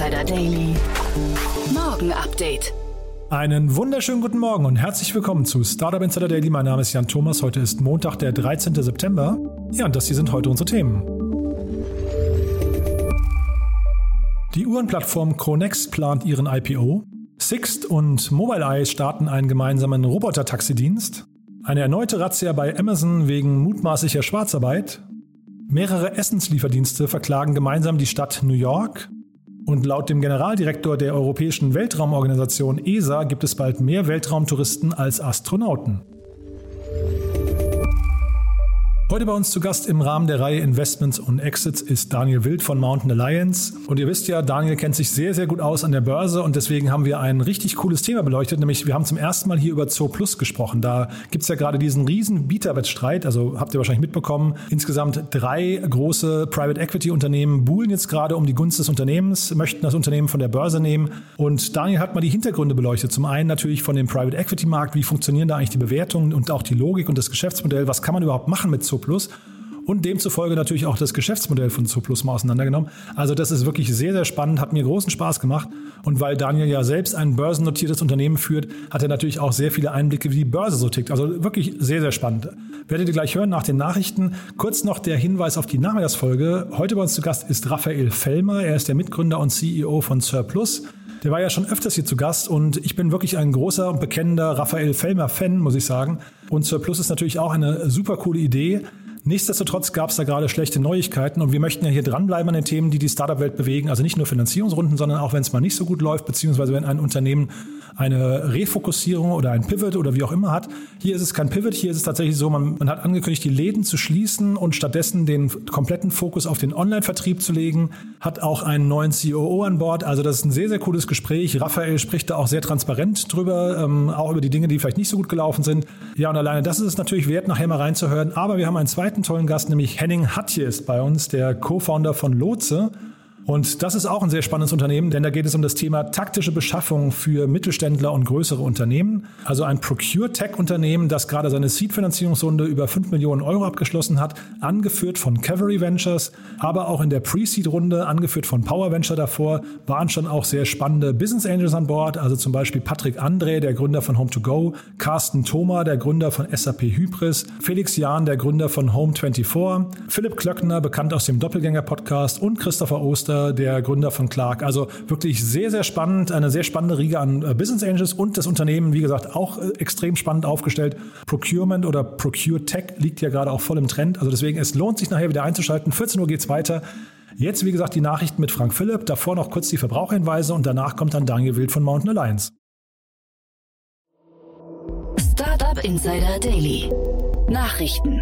Insider Daily. Morgen Update. Einen wunderschönen guten Morgen und herzlich willkommen zu Startup Insider Daily. Mein Name ist Jan Thomas. Heute ist Montag, der 13. September. Ja, und das hier sind heute unsere Themen. Die Uhrenplattform Chronext plant ihren IPO. Sixt und Mobileye starten einen gemeinsamen Roboter-Taxidienst. Eine erneute Razzia bei Amazon wegen mutmaßlicher Schwarzarbeit. Mehrere Essenslieferdienste verklagen gemeinsam die Stadt New York. Und laut dem Generaldirektor der Europäischen Weltraumorganisation ESA gibt es bald mehr Weltraumtouristen als Astronauten. Heute bei uns zu Gast im Rahmen der Reihe Investments und Exits ist Daniel Wild von Mountain Alliance. Und ihr wisst ja, Daniel kennt sich sehr, sehr gut aus an der Börse und deswegen haben wir ein richtig cooles Thema beleuchtet, nämlich wir haben zum ersten Mal hier über Zooplus gesprochen. Da gibt es ja gerade diesen riesen Bieterwettstreit, also habt ihr wahrscheinlich mitbekommen. Insgesamt 3 große Private Equity Unternehmen buhlen jetzt gerade um die Gunst des Unternehmens, möchten das Unternehmen von der Börse nehmen. Und Daniel hat mal die Hintergründe beleuchtet. Zum einen natürlich von dem Private Equity Markt, wie funktionieren da eigentlich die Bewertungen und auch die Logik und das Geschäftsmodell, was kann man überhaupt machen mit Zooplus? Und demzufolge natürlich auch das Geschäftsmodell von Zooplus mal auseinandergenommen. Also das ist wirklich sehr, sehr spannend, hat mir großen Spaß gemacht. Und weil Daniel ja selbst ein börsennotiertes Unternehmen führt, hat er natürlich auch sehr viele Einblicke, wie die Börse so tickt. Also wirklich sehr, sehr spannend. Werdet ihr gleich hören nach den Nachrichten. Kurz noch der Hinweis auf die Nachmittagsfolge. Heute bei uns zu Gast ist Raphael Fellmer. Er ist der Mitgründer und CEO von Surplus. Der war ja schon öfters hier zu Gast und ich bin wirklich ein großer und bekennender Raphael Fellmer-Fan, muss ich sagen. Und Surplus ist natürlich auch eine super coole Idee. Nichtsdestotrotz gab es da gerade schlechte Neuigkeiten und wir möchten ja hier dranbleiben an den Themen, die die Startup-Welt bewegen. Also nicht nur Finanzierungsrunden, sondern auch wenn es mal nicht so gut läuft, beziehungsweise wenn ein Unternehmen eine Refokussierung oder ein Pivot oder wie auch immer hat. Hier ist es kein Pivot, hier ist es tatsächlich so, man hat angekündigt, die Läden zu schließen und stattdessen den kompletten Fokus auf den Online-Vertrieb zu legen, hat auch einen neuen COO an Bord. Also das ist ein sehr, sehr cooles Gespräch. Raphael spricht da auch sehr transparent drüber, auch über die Dinge, die vielleicht nicht so gut gelaufen sind. Ja, und alleine das ist es natürlich wert, nachher mal reinzuhören. Aber wir haben einen zweiten tollen Gast, nämlich Henning Hatje ist bei uns, der Co-Founder von Lotse. Und das ist auch ein sehr spannendes Unternehmen, denn da geht es um das Thema taktische Beschaffung für Mittelständler und größere Unternehmen. Also ein Procure-Tech-Unternehmen, das gerade seine Seed-Finanzierungsrunde über 5 Millionen Euro abgeschlossen hat, angeführt von Cavalry Ventures, aber auch in der Pre-Seed-Runde, angeführt von Power Venture davor, waren schon auch sehr spannende Business Angels an Bord, also zum Beispiel Patrick André, der Gründer von Home2Go, Carsten Thoma, der Gründer von SAP Hybris, Felix Jahn, der Gründer von Home24, Philipp Klöckner, bekannt aus dem Doppelgänger-Podcast und Christopher Oster, der Gründer von Clark. Also wirklich sehr, sehr spannend, eine sehr spannende Riege an Business Angels und das Unternehmen, wie gesagt, auch extrem spannend aufgestellt. Procurement oder Procure Tech liegt ja gerade auch voll im Trend. Also deswegen, es lohnt sich nachher wieder einzuschalten. 14 Uhr geht's weiter. Jetzt, wie gesagt, die Nachrichten mit Frank Philipp, davor noch kurz die Verbraucherhinweise und danach kommt dann Daniel Wild von Mountain Alliance. Startup Insider Daily. Nachrichten.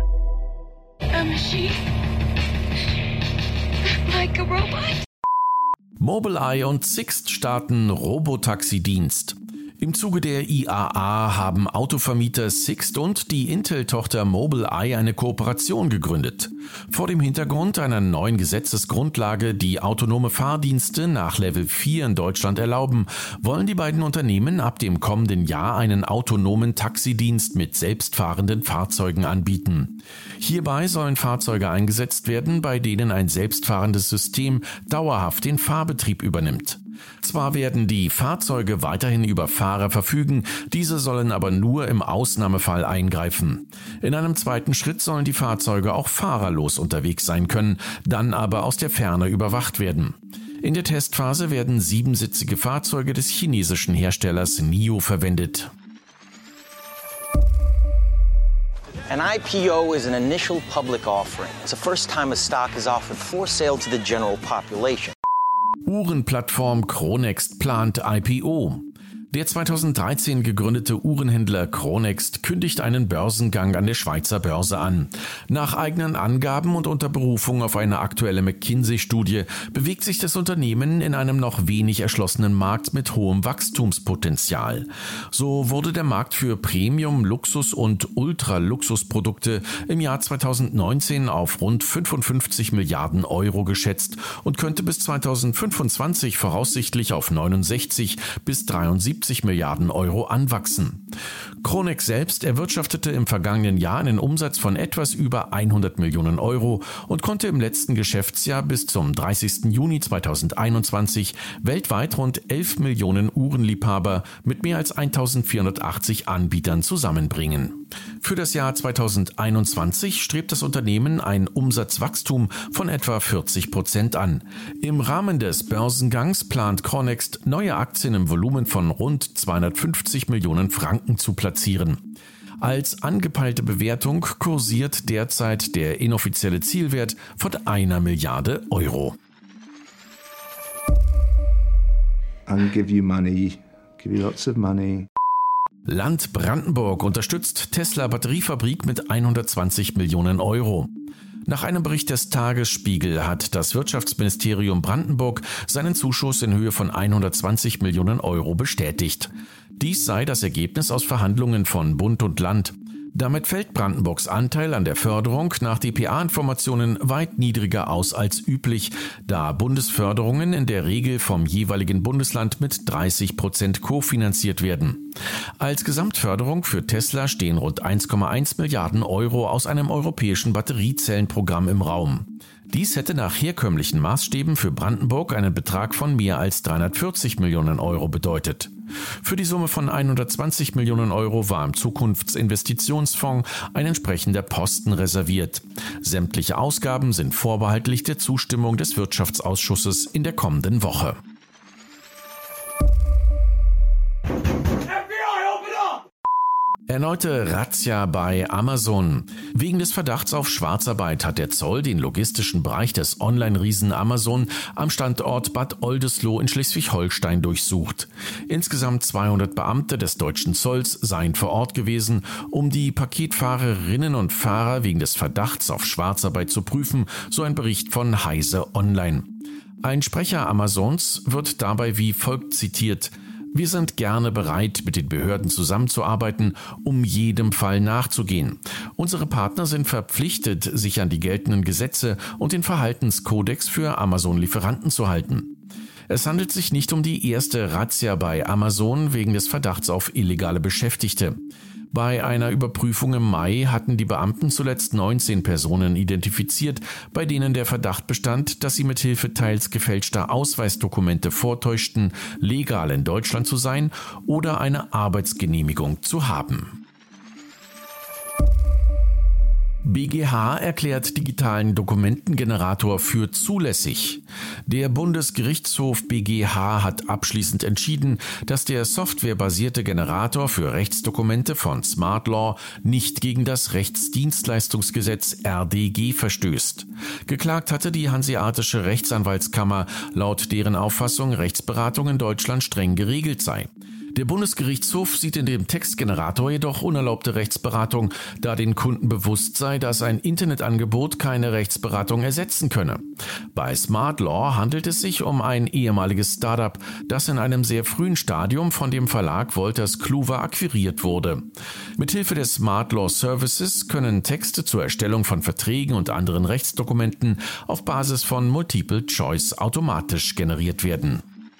Like a robot. Mobileye und Sixt starten Robotaxi-Dienst. Im Zuge der IAA haben Autovermieter Sixt und die Intel-Tochter Mobileye eine Kooperation gegründet. Vor dem Hintergrund einer neuen Gesetzesgrundlage, die autonome Fahrdienste nach Level 4 in Deutschland erlauben, wollen die beiden Unternehmen ab dem kommenden Jahr einen autonomen Taxidienst mit selbstfahrenden Fahrzeugen anbieten. Hierbei sollen Fahrzeuge eingesetzt werden, bei denen ein selbstfahrendes System dauerhaft den Fahrbetrieb übernimmt. Zwar werden die Fahrzeuge weiterhin über Fahrer verfügen, diese sollen aber nur im Ausnahmefall eingreifen. In einem zweiten Schritt sollen die Fahrzeuge auch fahrerlos unterwegs sein können, dann aber aus der Ferne überwacht werden. In der Testphase werden 7-sitzige Fahrzeuge des chinesischen Herstellers NIO verwendet. An IPO is an initial public offering. It's the first time a stock is offered for sale to the general population. Uhrenplattform Chronext plant IPO. Der 2013 gegründete Uhrenhändler Chronext kündigt einen Börsengang an der Schweizer Börse an. Nach eigenen Angaben und unter Berufung auf eine aktuelle McKinsey-Studie bewegt sich das Unternehmen in einem noch wenig erschlossenen Markt mit hohem Wachstumspotenzial. So wurde der Markt für Premium-, Luxus- und Ultraluxusprodukte im Jahr 2019 auf rund 55 Milliarden Euro geschätzt und könnte bis 2025 voraussichtlich auf 69 bis 73 Milliarden Euro anwachsen. Kronext selbst erwirtschaftete im vergangenen Jahr einen Umsatz von etwas über 100 Millionen Euro und konnte im letzten Geschäftsjahr bis zum 30. Juni 2021 weltweit rund 11 Millionen Uhrenliebhaber mit mehr als 1480 Anbietern zusammenbringen. Für das Jahr 2021 strebt das Unternehmen ein Umsatzwachstum von etwa 40% an. Im Rahmen des Börsengangs plant Kronext, neue Aktien im Volumen von rund 250 Millionen Franken zu platzieren. Als angepeilte Bewertung kursiert derzeit der inoffizielle Zielwert von 1 Milliarde Euro. I'll give you money, give you lots of money. Land Brandenburg unterstützt Tesla Batteriefabrik mit 120 Millionen Euro. Nach einem Bericht des Tagesspiegel hat das Wirtschaftsministerium Brandenburg seinen Zuschuss in Höhe von 120 Millionen Euro bestätigt. Dies sei das Ergebnis aus Verhandlungen von Bund und Land. Damit fällt Brandenburgs Anteil an der Förderung nach dpa-Informationen weit niedriger aus als üblich, da Bundesförderungen in der Regel vom jeweiligen Bundesland mit 30% kofinanziert werden. Als Gesamtförderung für Tesla stehen rund 1,1 Milliarden Euro aus einem europäischen Batteriezellenprogramm im Raum. Dies hätte nach herkömmlichen Maßstäben für Brandenburg einen Betrag von mehr als 340 Millionen Euro bedeutet. Für die Summe von 120 Millionen Euro war im Zukunftsinvestitionsfonds ein entsprechender Posten reserviert. Sämtliche Ausgaben sind vorbehaltlich der Zustimmung des Wirtschaftsausschusses in der kommenden Woche. Erneute Razzia bei Amazon. Wegen des Verdachts auf Schwarzarbeit hat der Zoll den logistischen Bereich des Online-Riesen Amazon am Standort Bad Oldesloe in Schleswig-Holstein durchsucht. Insgesamt 200 Beamte des deutschen Zolls seien vor Ort gewesen, um die Paketfahrerinnen und Fahrer wegen des Verdachts auf Schwarzarbeit zu prüfen, so ein Bericht von Heise Online. Ein Sprecher Amazons wird dabei wie folgt zitiert: Wir sind gerne bereit, mit den Behörden zusammenzuarbeiten, um jedem Fall nachzugehen. Unsere Partner sind verpflichtet, sich an die geltenden Gesetze und den Verhaltenskodex für Amazon-Lieferanten zu halten. Es handelt sich nicht um die erste Razzia bei Amazon wegen des Verdachts auf illegale Beschäftigte. Bei einer Überprüfung im Mai hatten die Beamten zuletzt 19 Personen identifiziert, bei denen der Verdacht bestand, dass sie mithilfe teils gefälschter Ausweisdokumente vortäuschten, legal in Deutschland zu sein oder eine Arbeitsgenehmigung zu haben. BGH erklärt digitalen Dokumentengenerator für zulässig. Der Bundesgerichtshof BGH hat abschließend entschieden, dass der softwarebasierte Generator für Rechtsdokumente von SmartLaw nicht gegen das Rechtsdienstleistungsgesetz RDG verstößt. Geklagt hatte die Hanseatische Rechtsanwaltskammer, laut deren Auffassung Rechtsberatung in Deutschland streng geregelt sei. Der Bundesgerichtshof sieht in dem Textgenerator jedoch unerlaubte Rechtsberatung, da den Kunden bewusst sei, dass ein Internetangebot keine Rechtsberatung ersetzen könne. Bei SmartLaw handelt es sich um ein ehemaliges Startup, das in einem sehr frühen Stadium von dem Verlag Wolters Kluwer akquiriert wurde. Mithilfe des SmartLaw Services können Texte zur Erstellung von Verträgen und anderen Rechtsdokumenten auf Basis von Multiple Choice automatisch generiert werden.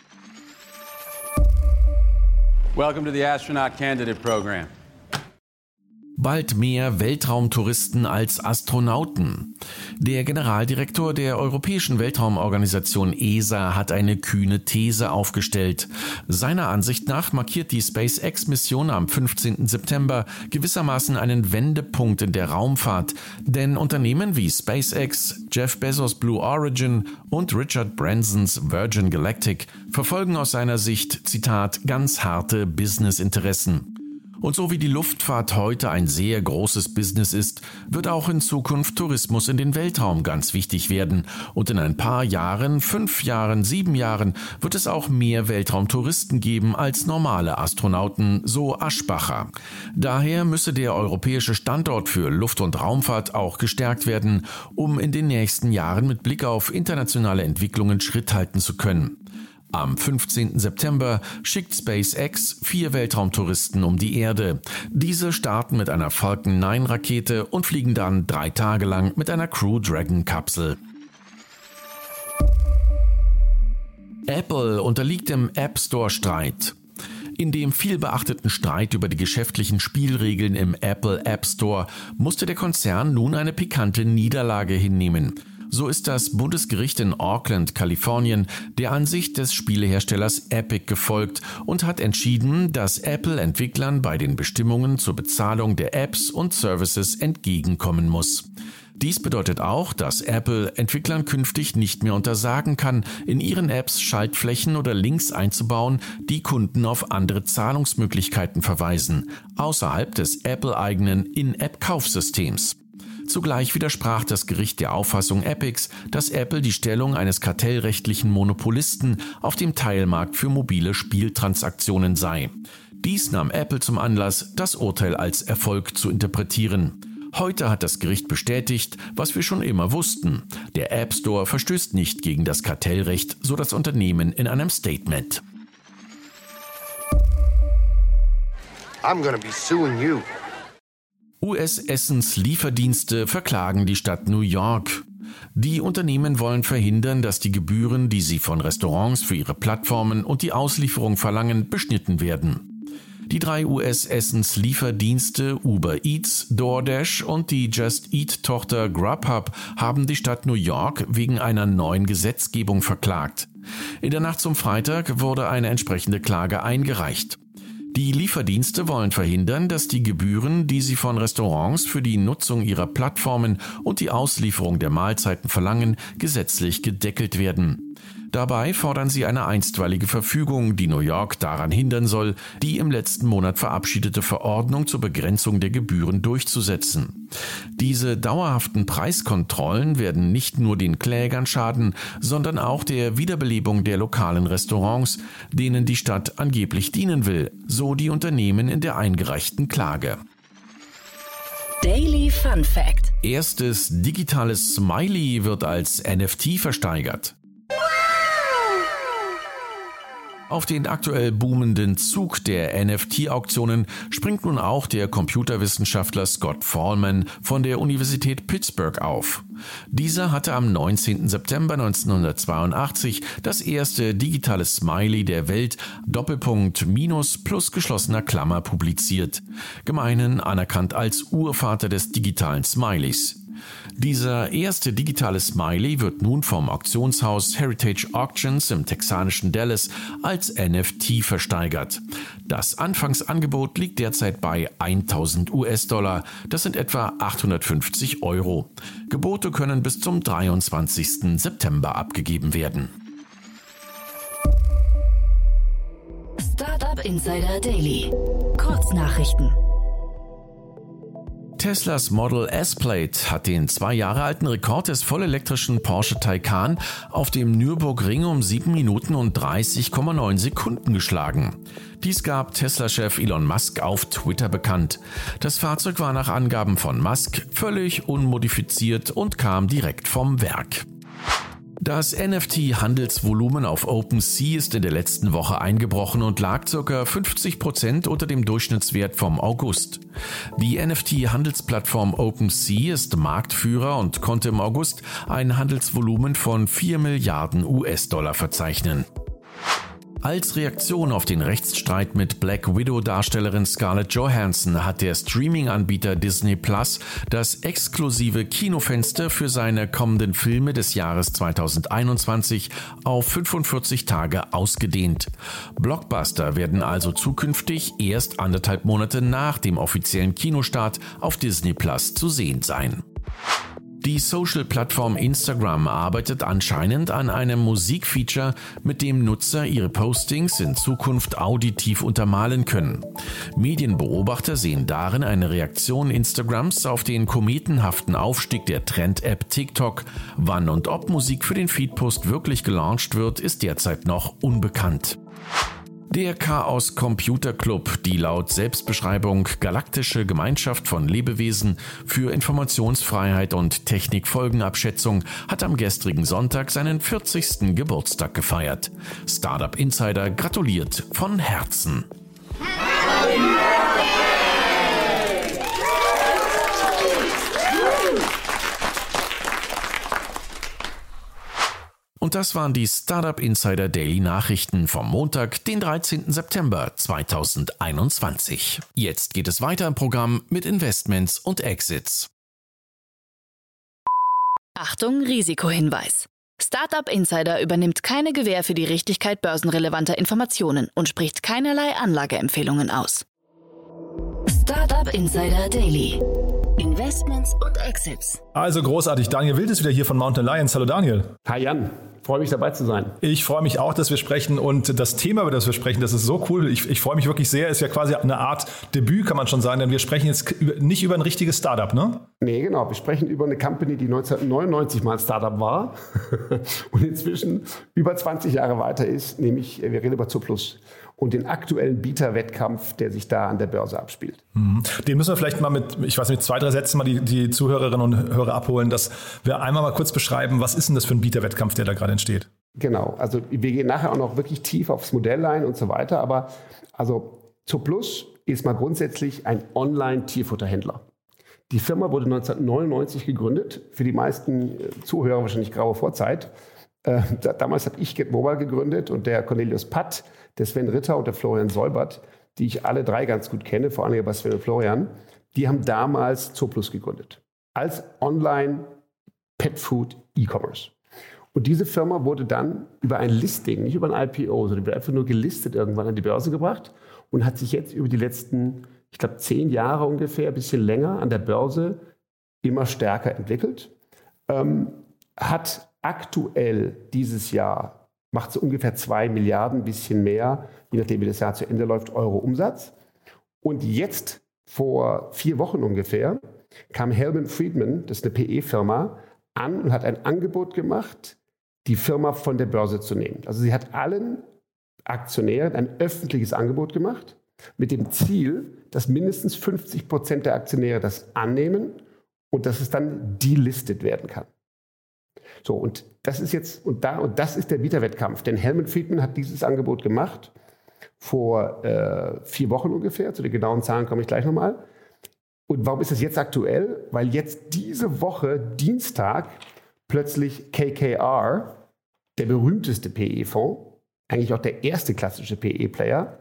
Welcome to the Astronaut Candidate Program. Bald mehr Weltraumtouristen als Astronauten. Der Generaldirektor der Europäischen Weltraumorganisation ESA hat eine kühne These aufgestellt. Seiner Ansicht nach markiert die SpaceX-Mission am 15. September gewissermaßen einen Wendepunkt in der Raumfahrt, denn Unternehmen wie SpaceX, Jeff Bezos' Blue Origin und Richard Bransons Virgin Galactic verfolgen aus seiner Sicht, Zitat, ganz harte Businessinteressen. Und so wie die Luftfahrt heute ein sehr großes Business ist, wird auch in Zukunft Tourismus in den Weltraum ganz wichtig werden. Und in ein paar Jahren, 5 Jahren, 7 Jahren wird es auch mehr Weltraumtouristen geben als normale Astronauten, so Aschbacher. Daher müsse der europäische Standort für Luft- und Raumfahrt auch gestärkt werden, um in den nächsten Jahren mit Blick auf internationale Entwicklungen Schritt halten zu können. Am 15. September schickt SpaceX 4 Weltraumtouristen um die Erde. Diese starten mit einer Falcon 9-Rakete und fliegen dann 3 Tage lang mit einer Crew Dragon-Kapsel. Apple unterliegt im App Store-Streit. In dem vielbeachteten Streit über die geschäftlichen Spielregeln im Apple App Store musste der Konzern nun eine pikante Niederlage hinnehmen. So ist das Bundesgericht in Oakland, Kalifornien, der Ansicht des Spieleherstellers Epic gefolgt und hat entschieden, dass Apple Entwicklern bei den Bestimmungen zur Bezahlung der Apps und Services entgegenkommen muss. Dies bedeutet auch, dass Apple Entwicklern künftig nicht mehr untersagen kann, in ihren Apps Schaltflächen oder Links einzubauen, die Kunden auf andere Zahlungsmöglichkeiten verweisen, außerhalb des Apple-eigenen In-App-Kaufsystems. Zugleich widersprach das Gericht der Auffassung Epics, dass Apple die Stellung eines kartellrechtlichen Monopolisten auf dem Teilmarkt für mobile Spieltransaktionen sei. Dies nahm Apple zum Anlass, das Urteil als Erfolg zu interpretieren. Heute hat das Gericht bestätigt, was wir schon immer wussten. Der App Store verstößt nicht gegen das Kartellrecht, so das Unternehmen in einem Statement. I'm gonna be suing you. US-Essenslieferdienste verklagen die Stadt New York. Die Unternehmen wollen verhindern, dass die Gebühren, die sie von Restaurants für ihre Plattformen und die Auslieferung verlangen, beschnitten werden. Die 3 US-Essenslieferdienste Uber Eats, DoorDash und die Just Eat-Tochter Grubhub haben die Stadt New York wegen einer neuen Gesetzgebung verklagt. In der Nacht zum Freitag wurde eine entsprechende Klage eingereicht. Die Lieferdienste wollen verhindern, dass die Gebühren, die sie von Restaurants für die Nutzung ihrer Plattformen und die Auslieferung der Mahlzeiten verlangen, gesetzlich gedeckelt werden. Dabei fordern sie eine einstweilige Verfügung, die New York daran hindern soll, die im letzten Monat verabschiedete Verordnung zur Begrenzung der Gebühren durchzusetzen. Diese dauerhaften Preiskontrollen werden nicht nur den Klägern schaden, sondern auch der Wiederbelebung der lokalen Restaurants, denen die Stadt angeblich dienen will, so die Unternehmen in der eingereichten Klage. Daily Fun Fact: Erstes digitales Smiley wird als NFT versteigert. Auf den aktuell boomenden Zug der NFT-Auktionen springt nun auch der Computerwissenschaftler Scott Fahlman von der Universität Pittsburgh auf. Dieser hatte am 19. September 1982 das erste digitale Smiley der Welt Doppelpunkt minus geschlossener Klammer publiziert, gemeinhin anerkannt als Urvater des digitalen Smileys. Dieser erste digitale Smiley wird nun vom Auktionshaus Heritage Auctions im texanischen Dallas als NFT versteigert. Das Anfangsangebot liegt derzeit bei 1.000 US-Dollar, das sind etwa 850 Euro. Gebote können bis zum 23. September abgegeben werden. Startup Insider Daily. Kurznachrichten. Teslas Model S-Plate hat den 2 Jahre alten Rekord des vollelektrischen Porsche Taycan auf dem Nürburgring um 7 Minuten und 30,9 Sekunden geschlagen. Dies gab Tesla-Chef Elon Musk auf Twitter bekannt. Das Fahrzeug war nach Angaben von Musk völlig unmodifiziert und kam direkt vom Werk. Das NFT-Handelsvolumen auf OpenSea ist in der letzten Woche eingebrochen und lag ca. 50% unter dem Durchschnittswert vom August. Die NFT-Handelsplattform OpenSea ist Marktführer und konnte im August ein Handelsvolumen von 4 Milliarden US-Dollar verzeichnen. Als Reaktion auf den Rechtsstreit mit Black Widow-Darstellerin Scarlett Johansson hat der Streaming-Anbieter Disney Plus das exklusive Kinofenster für seine kommenden Filme des Jahres 2021 auf 45 Tage ausgedehnt. Blockbuster werden also zukünftig erst 1,5 Monate nach dem offiziellen Kinostart auf Disney Plus zu sehen sein. Die Social-Plattform Instagram arbeitet anscheinend an einem Musikfeature, mit dem Nutzer ihre Postings in Zukunft auditiv untermalen können. Medienbeobachter sehen darin eine Reaktion Instagrams auf den kometenhaften Aufstieg der Trend-App TikTok. Wann und ob Musik für den Feedpost wirklich gelauncht wird, ist derzeit noch unbekannt. Der Chaos Computer Club, die laut Selbstbeschreibung galaktische Gemeinschaft von Lebewesen für Informationsfreiheit und Technikfolgenabschätzung, hat am gestrigen Sonntag seinen 40. Geburtstag gefeiert. Startup Insider gratuliert von Herzen. Und das waren die Startup Insider Daily Nachrichten vom Montag, den 13. September 2021. Jetzt geht es weiter im Programm mit Investments und Exits. Achtung, Risikohinweis. Startup Insider übernimmt keine Gewähr für die Richtigkeit börsenrelevanter Informationen und spricht keinerlei Anlageempfehlungen aus. Startup Insider Daily. Investments und Exits. Also großartig. Daniel Wild ist wieder hier von Mountain Alliance. Hallo Daniel. Hi Jan, freue mich dabei zu sein. Ich freue mich auch, dass wir sprechen und das Thema, über das wir sprechen, das ist so cool. Ich freue mich wirklich sehr. Ist ja quasi eine Art Debüt, kann man schon sagen, denn wir sprechen jetzt nicht über ein richtiges Startup, ne? Nee, genau. Wir sprechen über eine Company, die 1999 mal ein Startup war und inzwischen über 20 Jahre weiter ist, nämlich wir reden über Zooplus und den aktuellen Bieterwettkampf, der sich da an der Börse abspielt. Den müssen wir vielleicht mal mit 2, 3 Sätzen mal die Zuhörerinnen und Hörer abholen, dass wir einmal mal kurz beschreiben, was ist denn das für ein Bieterwettkampf, der da gerade entsteht? Genau, also wir gehen nachher auch noch wirklich tief aufs Modell ein und so weiter, aber also Zooplus ist mal grundsätzlich ein Online-Tierfutterhändler. Die Firma wurde 1999 gegründet, für die meisten Zuhörer wahrscheinlich graue Vorzeit. Damals habe ich GetMobile gegründet und der Cornelius Patt, der Sven Ritter und der Florian Solbert, die ich alle drei ganz gut kenne, vor allem bei Sven und Florian, die haben damals Zooplus gegründet. Als Online-Pet-Food-E-Commerce. Und diese Firma wurde dann über ein Listing, nicht über ein IPO, sondern einfach nur gelistet irgendwann an die Börse gebracht und hat sich jetzt über die letzten, ich glaube 10 Jahre ungefähr, ein bisschen länger an der Börse immer stärker entwickelt. Hat aktuell dieses Jahr, macht so ungefähr 2 Milliarden, ein bisschen mehr, je nachdem wie das Jahr zu Ende läuft, Euro Umsatz. Und jetzt, vor 4 Wochen ungefähr, kam Hellman Friedman, das ist eine PE-Firma, an und hat ein Angebot gemacht, die Firma von der Börse zu nehmen. Also sie hat allen Aktionären ein öffentliches Angebot gemacht, mit dem Ziel, dass mindestens 50% der Aktionäre das annehmen und dass es dann delistet werden kann. So, und das ist jetzt, und das ist der Bieterwettkampf. Denn Hellman Friedman hat dieses Angebot gemacht vor 4 Wochen ungefähr. Zu den genauen Zahlen komme ich gleich nochmal. Und warum ist das jetzt aktuell? Weil jetzt diese Woche, Dienstag, plötzlich KKR, der berühmteste PE-Fonds, eigentlich auch der erste klassische PE-Player,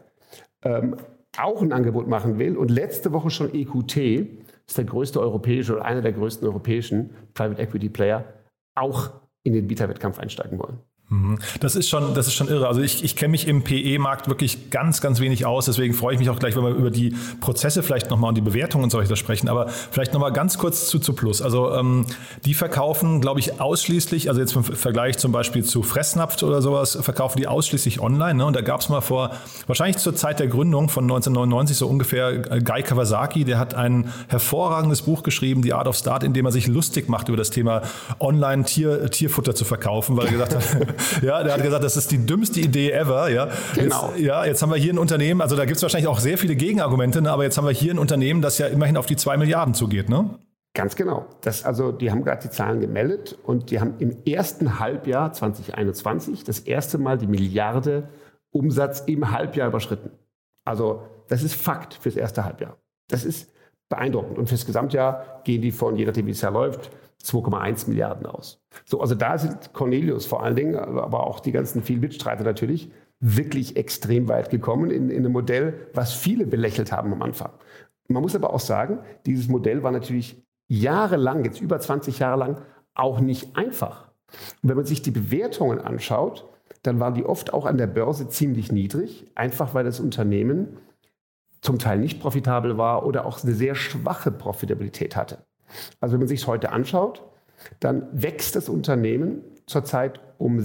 auch ein Angebot machen will. Und letzte Woche schon EQT, das ist der größte europäische oder einer der größten europäischen Private Equity Player, auch in den Bieterwettkampf einsteigen wollen. Das ist schon irre. Also ich kenne mich im PE-Markt wirklich ganz, ganz wenig aus. Deswegen freue ich mich auch gleich, wenn wir über die Prozesse vielleicht nochmal und die Bewertungen und so weiter sprechen. Aber vielleicht nochmal ganz kurz zu Zooplus. Also die verkaufen, glaube ich, ausschließlich, also jetzt im Vergleich zum Beispiel zu Fressnapf oder sowas, verkaufen die ausschließlich online. Ne? Und da gab es mal wahrscheinlich zur Zeit der Gründung von 1999 so ungefähr, Guy Kawasaki, der hat ein hervorragendes Buch geschrieben, The Art of Start, in dem er sich lustig macht über das Thema Online-Tierfutter zu verkaufen, weil er gesagt hat, ja, der hat gesagt, das ist die dümmste Idee ever. Ja. Genau. Jetzt haben wir hier ein Unternehmen, also da gibt es wahrscheinlich auch sehr viele Gegenargumente, ne, aber jetzt haben wir hier ein Unternehmen, das ja immerhin auf die 2 Milliarden zugeht, ne? Ganz genau. Die haben gerade die Zahlen gemeldet und die haben im ersten Halbjahr 2021 das erste Mal die Milliarde Umsatz im Halbjahr überschritten. Also das ist Fakt fürs erste Halbjahr. Das ist beeindruckend. Und fürs Gesamtjahr gehen die von, je nachdem wie es ja läuft, 2,1 Milliarden aus. So, also da sind Cornelius vor allen Dingen, aber auch die ganzen vielen Mitstreiter natürlich, wirklich extrem weit gekommen in einem Modell, was viele belächelt haben am Anfang. Man muss aber auch sagen, dieses Modell war natürlich jahrelang, jetzt über 20 Jahre lang, auch nicht einfach. Und wenn man sich die Bewertungen anschaut, dann waren die oft auch an der Börse ziemlich niedrig, einfach weil das Unternehmen zum Teil nicht profitabel war oder auch eine sehr schwache Profitabilität hatte. Also wenn man sich es heute anschaut, dann wächst das Unternehmen zurzeit um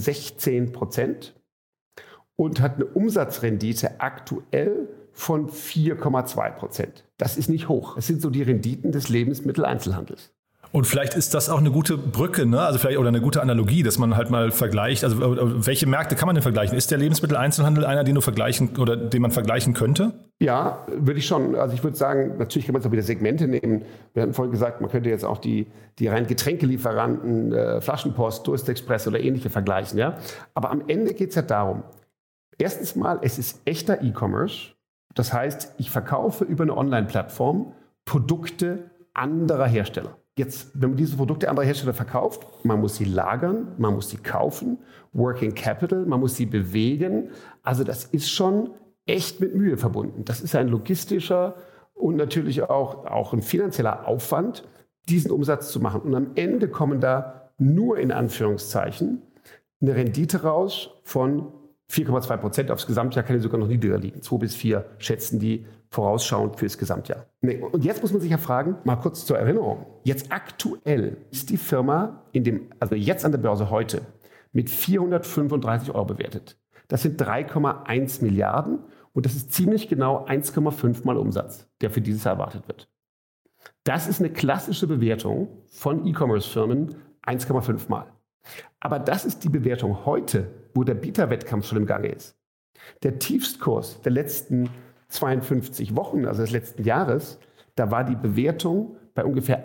16% und hat eine Umsatzrendite aktuell von 4,2%. Das ist nicht hoch. Das sind so die Renditen des Lebensmitteleinzelhandels. Und vielleicht ist das auch eine gute Brücke, ne? Also vielleicht, oder eine gute Analogie, dass man halt mal vergleicht. Also welche Märkte kann man denn vergleichen? Ist der Lebensmitteleinzelhandel einer, den man vergleichen könnte? Ja, würde ich schon. Also ich würde sagen, natürlich kann man jetzt auch wieder Segmente nehmen. Wir hatten vorhin gesagt, man könnte jetzt auch die rein Getränkelieferanten, Flaschenpost, Durstexpress oder ähnliche vergleichen. Ja? Aber am Ende geht es ja darum, erstens mal, es ist echter E-Commerce. Das heißt, ich verkaufe über eine Online-Plattform Produkte anderer Hersteller. Jetzt, wenn man diese Produkte anderer Hersteller verkauft, man muss sie lagern, man muss sie kaufen, Working Capital, man muss sie bewegen. Also das ist schon echt mit Mühe verbunden. Das ist ein logistischer und natürlich auch ein finanzieller Aufwand, diesen Umsatz zu machen. Und am Ende kommen da nur in Anführungszeichen eine Rendite raus von 4,2%. Aufs Gesamtjahr kann die sogar noch niedriger liegen. 2 bis 4 schätzen die vorausschauend fürs Gesamtjahr. Und jetzt muss man sich ja fragen, mal kurz zur Erinnerung. Jetzt aktuell ist die Firma also jetzt an der Börse heute mit 435 € bewertet. Das sind 3,1 Milliarden und das ist ziemlich genau 1,5 Mal Umsatz, der für dieses Jahr erwartet wird. Das ist eine klassische Bewertung von E-Commerce-Firmen, 1,5 Mal. Aber das ist die Bewertung heute, wo der Bieterwettkampf schon im Gange ist. Der Tiefstkurs der letzten 52 Wochen, also des letzten Jahres, da war die Bewertung bei ungefähr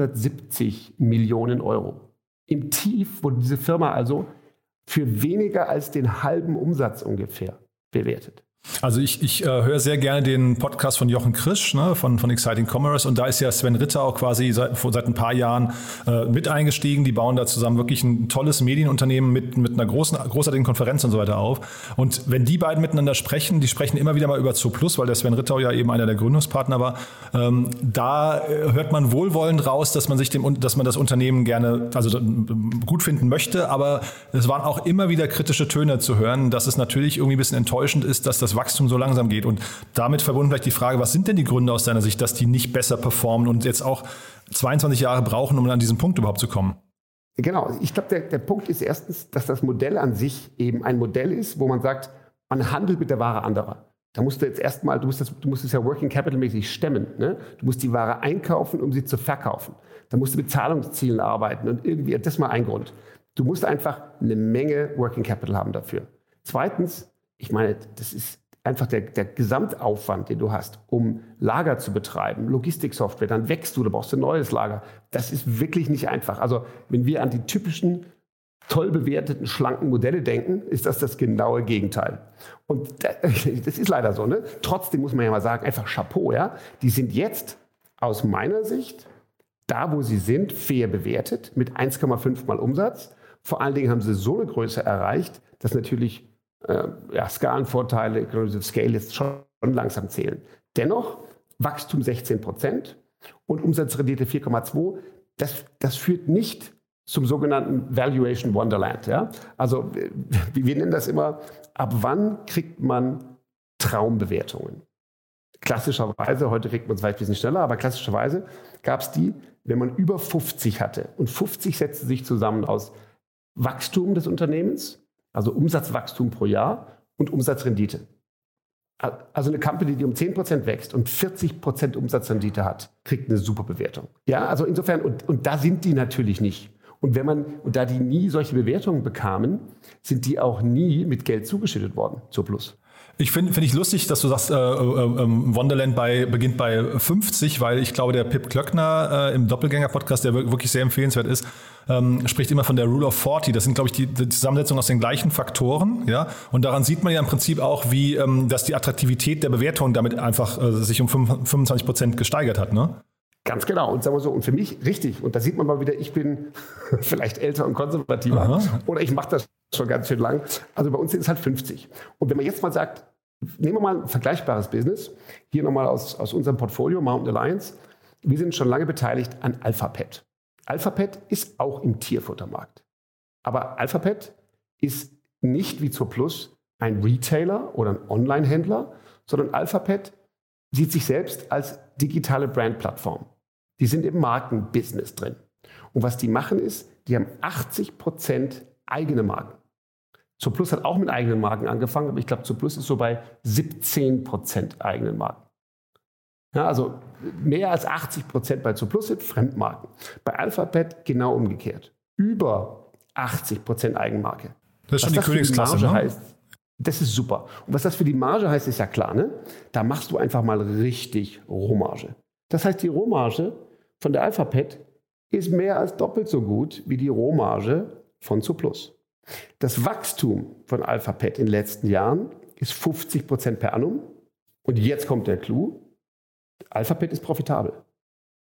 870 Millionen €. Im Tief wurde diese Firma also für weniger als den halben Umsatz ungefähr bewertet. Also ich höre sehr gerne den Podcast von Jochen Krisch, ne, von Exciting Commerce, und da ist ja Sven Ritter auch quasi seit ein paar Jahren mit eingestiegen. Die bauen da zusammen wirklich ein tolles Medienunternehmen mit einer großartigen Konferenz und so weiter auf. Und wenn die beiden miteinander sprechen, die sprechen immer wieder mal über Zooplus, weil der Sven Ritter ja eben einer der Gründungspartner war, da hört man wohlwollend raus, dass man das Unternehmen gerne, also gut finden möchte, aber es waren auch immer wieder kritische Töne zu hören, dass es natürlich irgendwie ein bisschen enttäuschend ist, dass das Wachstum so langsam geht. Und damit verbunden vielleicht die Frage, was sind denn die Gründe aus deiner Sicht, dass die nicht besser performen und jetzt auch 22 Jahre brauchen, um an diesen Punkt überhaupt zu kommen? Genau, ich glaube, der Punkt ist erstens, dass das Modell an sich eben ein Modell ist, wo man sagt, man handelt mit der Ware anderer. Da musst du jetzt erstmal, du musst es ja Working Capital mäßig stemmen. Ne? Du musst die Ware einkaufen, um sie zu verkaufen. Da musst du mit Zahlungszielen arbeiten und irgendwie, das ist mal ein Grund. Du musst einfach eine Menge Working Capital haben dafür. Zweitens, ich meine, das ist einfach der Gesamtaufwand, den du hast, um Lager zu betreiben, Logistiksoftware, dann wächst du brauchst ein neues Lager. Das ist wirklich nicht einfach. Also wenn wir an die typischen, toll bewerteten, schlanken Modelle denken, ist das genaue Gegenteil. Und das ist leider so. Ne? Trotzdem muss man ja mal sagen, einfach Chapeau. Ja? Die sind jetzt aus meiner Sicht, da wo sie sind, fair bewertet, mit 1,5 Mal Umsatz. Vor allen Dingen haben sie so eine Größe erreicht, dass natürlich Skalenvorteile, Economies of Scale jetzt schon langsam zählen. Dennoch Wachstum 16% und Umsatzrendite 4,2. Das führt nicht zum sogenannten Valuation Wonderland. Ja? Also wir nennen das immer, ab wann kriegt man Traumbewertungen? Klassischerweise, heute kriegt man es vielleicht ein bisschen schneller, aber klassischerweise gab es die, wenn man über 50 hatte. Und 50 setzte sich zusammen aus Wachstum des Unternehmens, also Umsatzwachstum pro Jahr und Umsatzrendite. Also eine Company, die um 10% wächst und 40% Umsatzrendite hat, kriegt eine super Bewertung. Ja, also insofern, und da sind die natürlich nicht. Und da die nie solche Bewertungen bekamen, sind die auch nie mit Geld zugeschüttet worden, Zooplus. Ich finde ich lustig, dass du sagst, Wonderland beginnt bei 50, weil ich glaube, der Pip Klöckner im Doppelgänger-Podcast, der wirklich sehr empfehlenswert ist, spricht immer von der Rule of 40. Das sind, glaube ich, die Zusammensetzung aus den gleichen Faktoren. Ja? Und daran sieht man ja im Prinzip auch, wie dass die Attraktivität der Bewertung damit einfach sich um 25% gesteigert hat. Ne? Ganz genau. Und sagen wir so, und für mich richtig. Und da sieht man mal wieder, ich bin vielleicht älter und konservativer. Aha. Oder ich mache das schon ganz schön lang. Also bei uns sind es halt 50. Und wenn man jetzt mal sagt, nehmen wir mal ein vergleichbares Business, hier nochmal aus unserem Portfolio, Mountain Alliance. Wir sind schon lange beteiligt an Alphapet. Alphapet ist auch im Tierfuttermarkt. Aber Alphapet ist nicht wie Zooplus ein Retailer oder ein Online-Händler, sondern Alphapet sieht sich selbst als digitale Brandplattform. Die sind im Markenbusiness drin. Und was die machen ist, die haben 80% eigene Marken. Zooplus hat auch mit eigenen Marken angefangen, aber ich glaube, Zooplus ist so bei 17% eigenen Marken. Ja, also mehr als 80% bei Zooplus sind Fremdmarken. Bei Alphapet genau umgekehrt. Über 80% Eigenmarke. Das ist schon die Königsklasse, ne? Heißt, das ist super. Und was das für die Marge heißt, ist ja klar, ne? Da machst du einfach mal richtig Rohmarge. Das heißt, die Rohmarge von der Alphapet ist mehr als doppelt so gut wie die Rohmarge von Zooplus. Das Wachstum von Alphapet in den letzten Jahren ist 50% per annum. Und jetzt kommt der Clou. Alphapet ist profitabel.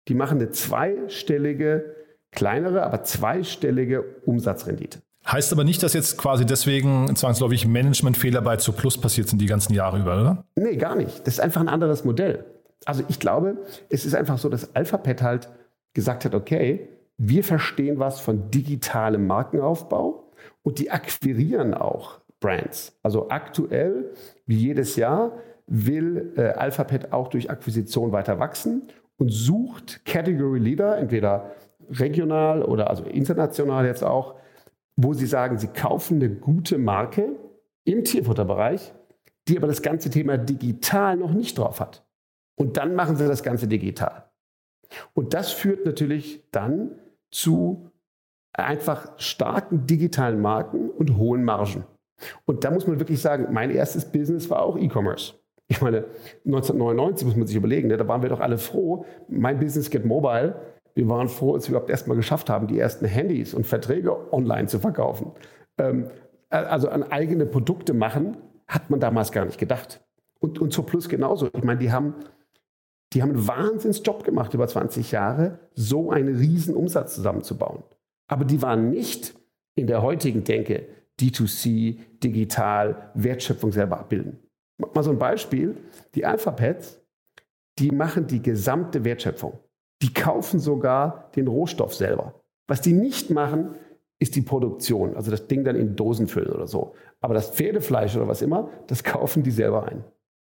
die machen eine zweistellige, kleinere, aber zweistellige Umsatzrendite. Heißt aber nicht, dass jetzt quasi deswegen zwangsläufig Managementfehler bei Zooplus passiert sind die ganzen Jahre über, oder? Nee, gar nicht. Das ist einfach ein anderes Modell. Also ich glaube, es ist einfach so, dass Alphabet halt gesagt hat, okay, wir verstehen was von digitalem Markenaufbau und die akquirieren auch Brands. Also aktuell, wie jedes Jahr, will Alphabet auch durch Akquisition weiter wachsen und sucht Category Leader, entweder regional oder also international jetzt auch, wo sie sagen, sie kaufen eine gute Marke im Tierfutterbereich, die aber das ganze Thema digital noch nicht drauf hat. Und dann machen sie das Ganze digital. Und das führt natürlich dann zu einfach starken digitalen Marken und hohen Margen. Und da muss man wirklich sagen, mein erstes Business war auch E-Commerce. Ich meine, 1999 muss man sich überlegen, da waren wir doch alle froh. Mein Business Get Mobile. Wir waren froh, dass wir überhaupt erst mal geschafft haben, die ersten Handys und Verträge online zu verkaufen. Also an eigene Produkte machen, hat man damals gar nicht gedacht. Und Zooplus genauso. Ich meine, die haben einen Wahnsinnsjob gemacht über 20 Jahre, so einen riesen Umsatz zusammenzubauen. Aber die waren nicht in der heutigen Denke D2C, digital, Wertschöpfung selber abbilden. Mal so ein Beispiel. Die Alphapets, die machen die gesamte Wertschöpfung. Die kaufen sogar den Rohstoff selber. Was die nicht machen, ist die Produktion. Also das Ding dann in Dosen füllen oder so. Aber das Pferdefleisch oder was immer, das kaufen die selber ein.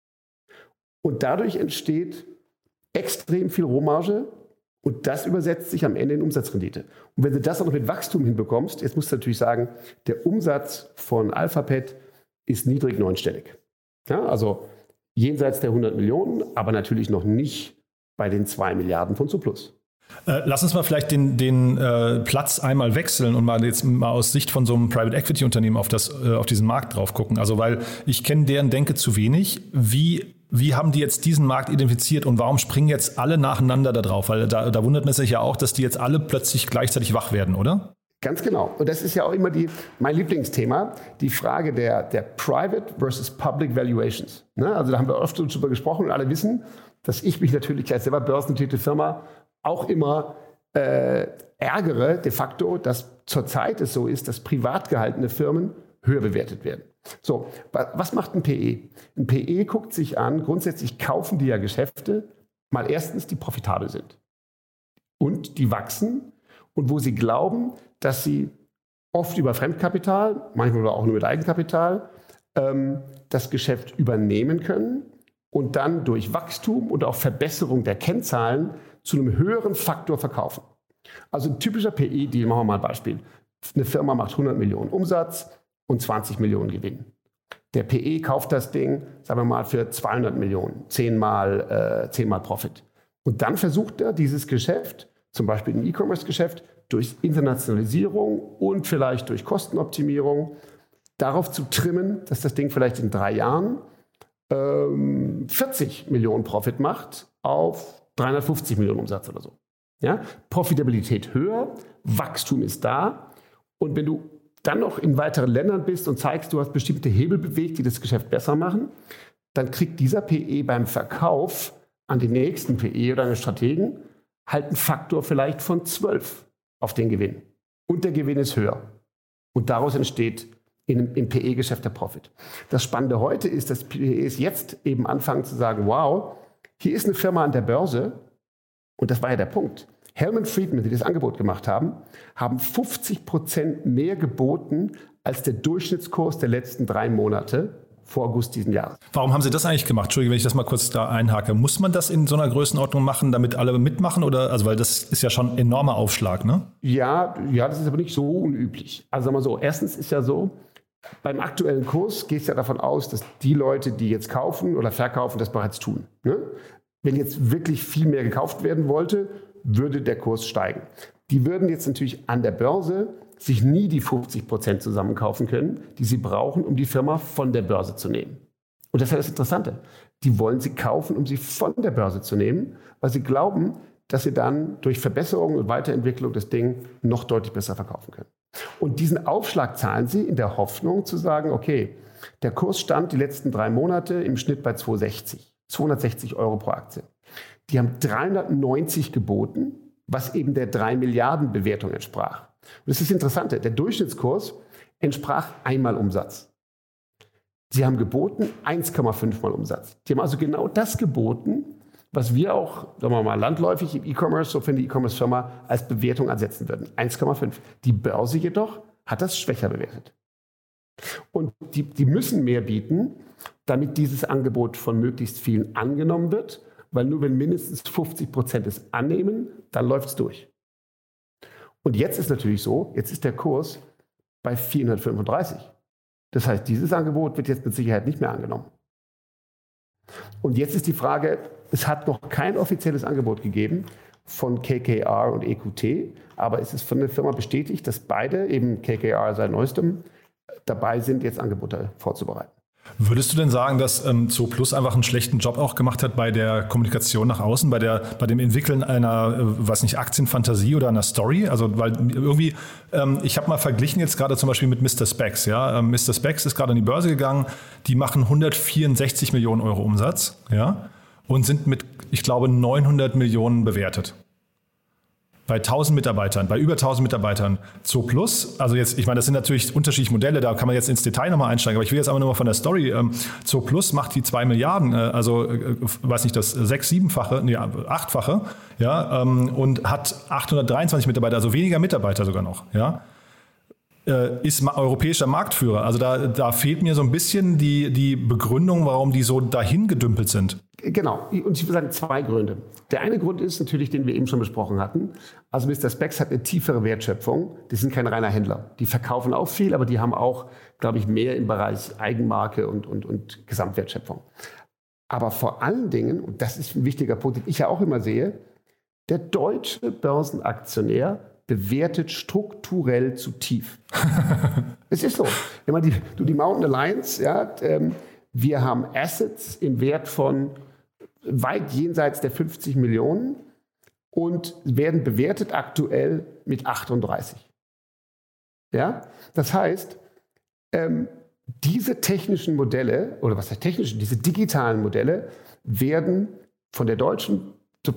Und dadurch entsteht extrem viel Rohmarge und das übersetzt sich am Ende in Umsatzrendite. Und wenn du das auch noch mit Wachstum hinbekommst, jetzt musst du natürlich sagen, der Umsatz von Alphabet ist niedrig neunstellig. Ja, also jenseits der 100 Millionen, aber natürlich noch nicht bei den 2 Milliarden von Zooplus. Lass uns mal vielleicht den Platz einmal wechseln und mal jetzt mal aus Sicht von so einem Private Equity Unternehmen auf diesen Markt drauf gucken. Also weil ich kenne deren Denke zu wenig. Wie haben die jetzt diesen Markt identifiziert und warum springen jetzt alle nacheinander da drauf? Weil da wundert man sich ja auch, dass die jetzt alle plötzlich gleichzeitig wach werden, oder? Ganz genau. Und das ist ja auch immer mein Lieblingsthema, die Frage der Private versus Public Valuations. Ne? Also da haben wir oft drüber gesprochen und alle wissen, dass ich mich natürlich als selber börsennotierte Firma auch immer ärgere de facto, dass zurzeit es so ist, dass privat gehaltene Firmen höher bewertet werden. So, was macht ein PE? Ein PE guckt sich an, grundsätzlich kaufen die ja Geschäfte, mal erstens, die profitabel sind und die wachsen und wo sie glauben, dass sie oft über Fremdkapital, manchmal auch nur mit Eigenkapital, das Geschäft übernehmen können und dann durch Wachstum und auch Verbesserung der Kennzahlen zu einem höheren Faktor verkaufen. Also ein typischer PE-Deal, machen wir mal ein Beispiel. Eine Firma macht 100 Millionen Umsatz und 20 Millionen Gewinn. Der PE kauft das Ding, sagen wir mal, für 200 Millionen, 10 mal Profit. Und dann versucht er, dieses Geschäft, zum Beispiel ein E-Commerce-Geschäft, durch Internationalisierung und vielleicht durch Kostenoptimierung darauf zu trimmen, dass das Ding vielleicht in 3 Jahren 40 Millionen Profit macht auf 350 Millionen Umsatz oder so. Ja? Profitabilität höher, Wachstum ist da. Und wenn du dann noch in weiteren Ländern bist und zeigst, du hast bestimmte Hebel bewegt, die das Geschäft besser machen, dann kriegt dieser PE beim Verkauf an den nächsten PE oder einen Strategen halt einen Faktor vielleicht von 12 auf den Gewinn. Und der Gewinn ist höher. Und daraus entsteht im PE-Geschäft der Profit. Das Spannende heute ist, dass PEs jetzt eben anfangen zu sagen, wow, hier ist eine Firma an der Börse, und das war ja der Punkt. Hellman Friedman, die das Angebot gemacht haben 50% mehr geboten als der Durchschnittskurs der letzten 3 Monate vor August diesen Jahres. Warum haben Sie das eigentlich gemacht? Entschuldige, wenn ich das mal kurz da einhake. Muss man das in so einer Größenordnung machen, damit alle mitmachen? Oder, also, weil das ist ja schon ein enormer Aufschlag, ne? Ja, das ist aber nicht so unüblich. Also sagen wir so, erstens ist ja so, beim aktuellen Kurs geht es ja davon aus, dass die Leute, die jetzt kaufen oder verkaufen, das bereits tun. Ne? Wenn jetzt wirklich viel mehr gekauft werden wollte, würde der Kurs steigen. Die würden jetzt natürlich an der Börse sich nie die 50% zusammenkaufen können, die sie brauchen, um die Firma von der Börse zu nehmen. Und das ist ja das Interessante. Die wollen sie kaufen, um sie von der Börse zu nehmen, weil sie glauben, dass sie dann durch Verbesserung und Weiterentwicklung das Ding noch deutlich besser verkaufen können. Und diesen Aufschlag zahlen sie in der Hoffnung zu sagen, okay, der Kurs stand die letzten 3 Monate im Schnitt bei 260 € pro Aktie. Die haben 390 geboten, was eben der 3 Milliarden Bewertung entsprach. Und das ist das Interessante, der Durchschnittskurs entsprach einmal Umsatz. Sie haben geboten 1,5 Mal Umsatz. Die haben also genau das geboten, was wir auch, sagen wir mal, landläufig im E-Commerce, so für eine E-Commerce-Firma, als Bewertung ansetzen würden. 1,5. Die Börse jedoch hat das schwächer bewertet. Und die müssen mehr bieten, damit dieses Angebot von möglichst vielen angenommen wird, weil nur wenn mindestens 50% es annehmen, dann läuft es durch. Und jetzt ist natürlich so, jetzt ist der Kurs bei 435. Das heißt, dieses Angebot wird jetzt mit Sicherheit nicht mehr angenommen. Und jetzt ist die Frage, es hat noch kein offizielles Angebot gegeben von KKR und EQT, aber es ist von der Firma bestätigt, dass beide, eben KKR seit neuestem, dabei sind, jetzt Angebote vorzubereiten. Würdest du denn sagen, dass Zooplus einfach einen schlechten Job auch gemacht hat bei der Kommunikation nach außen, bei dem Entwickeln einer, Aktienfantasie oder einer Story? Also, weil irgendwie, ich habe mal verglichen jetzt gerade zum Beispiel mit Mr. Spex. Ja? Mr. Spex ist gerade an die Börse gegangen, die machen 164 Millionen Euro Umsatz, ja? Und sind mit, ich glaube, 900 Millionen bewertet. Bei 1000 Mitarbeitern, bei über 1000 Mitarbeitern. Zooplus, also jetzt, ich meine, das sind natürlich unterschiedliche Modelle, da kann man jetzt ins Detail nochmal einsteigen, aber ich will jetzt aber nur mal von der Story. Zooplus macht die 2 Milliarden, weiß nicht, das 6-, 8-fache, ja, und hat 823 Mitarbeiter, also weniger Mitarbeiter sogar noch, ja. Ist europäischer Marktführer. Also da fehlt mir so ein bisschen die Begründung, warum die so dahin gedümpelt sind. Genau, und ich würde sagen 2 Gründe. Der eine Grund ist natürlich, den wir eben schon besprochen hatten. Also Mr. Spex hat eine tiefere Wertschöpfung. Die sind kein reiner Händler. Die verkaufen auch viel, aber die haben auch, glaube ich, mehr im Bereich Eigenmarke und Gesamtwertschöpfung. Aber vor allen Dingen, und das ist ein wichtiger Punkt, den ich ja auch immer sehe, der deutsche Börsenaktionär bewertet strukturell zu tief. Es ist so. Wenn man die Mountain Alliance, ja, wir haben Assets im Wert von weit jenseits der 50 Millionen und werden bewertet aktuell mit 38. Ja? Das heißt, diese technischen Modelle, oder was heißt technischen, diese digitalen Modelle werden vom deutschen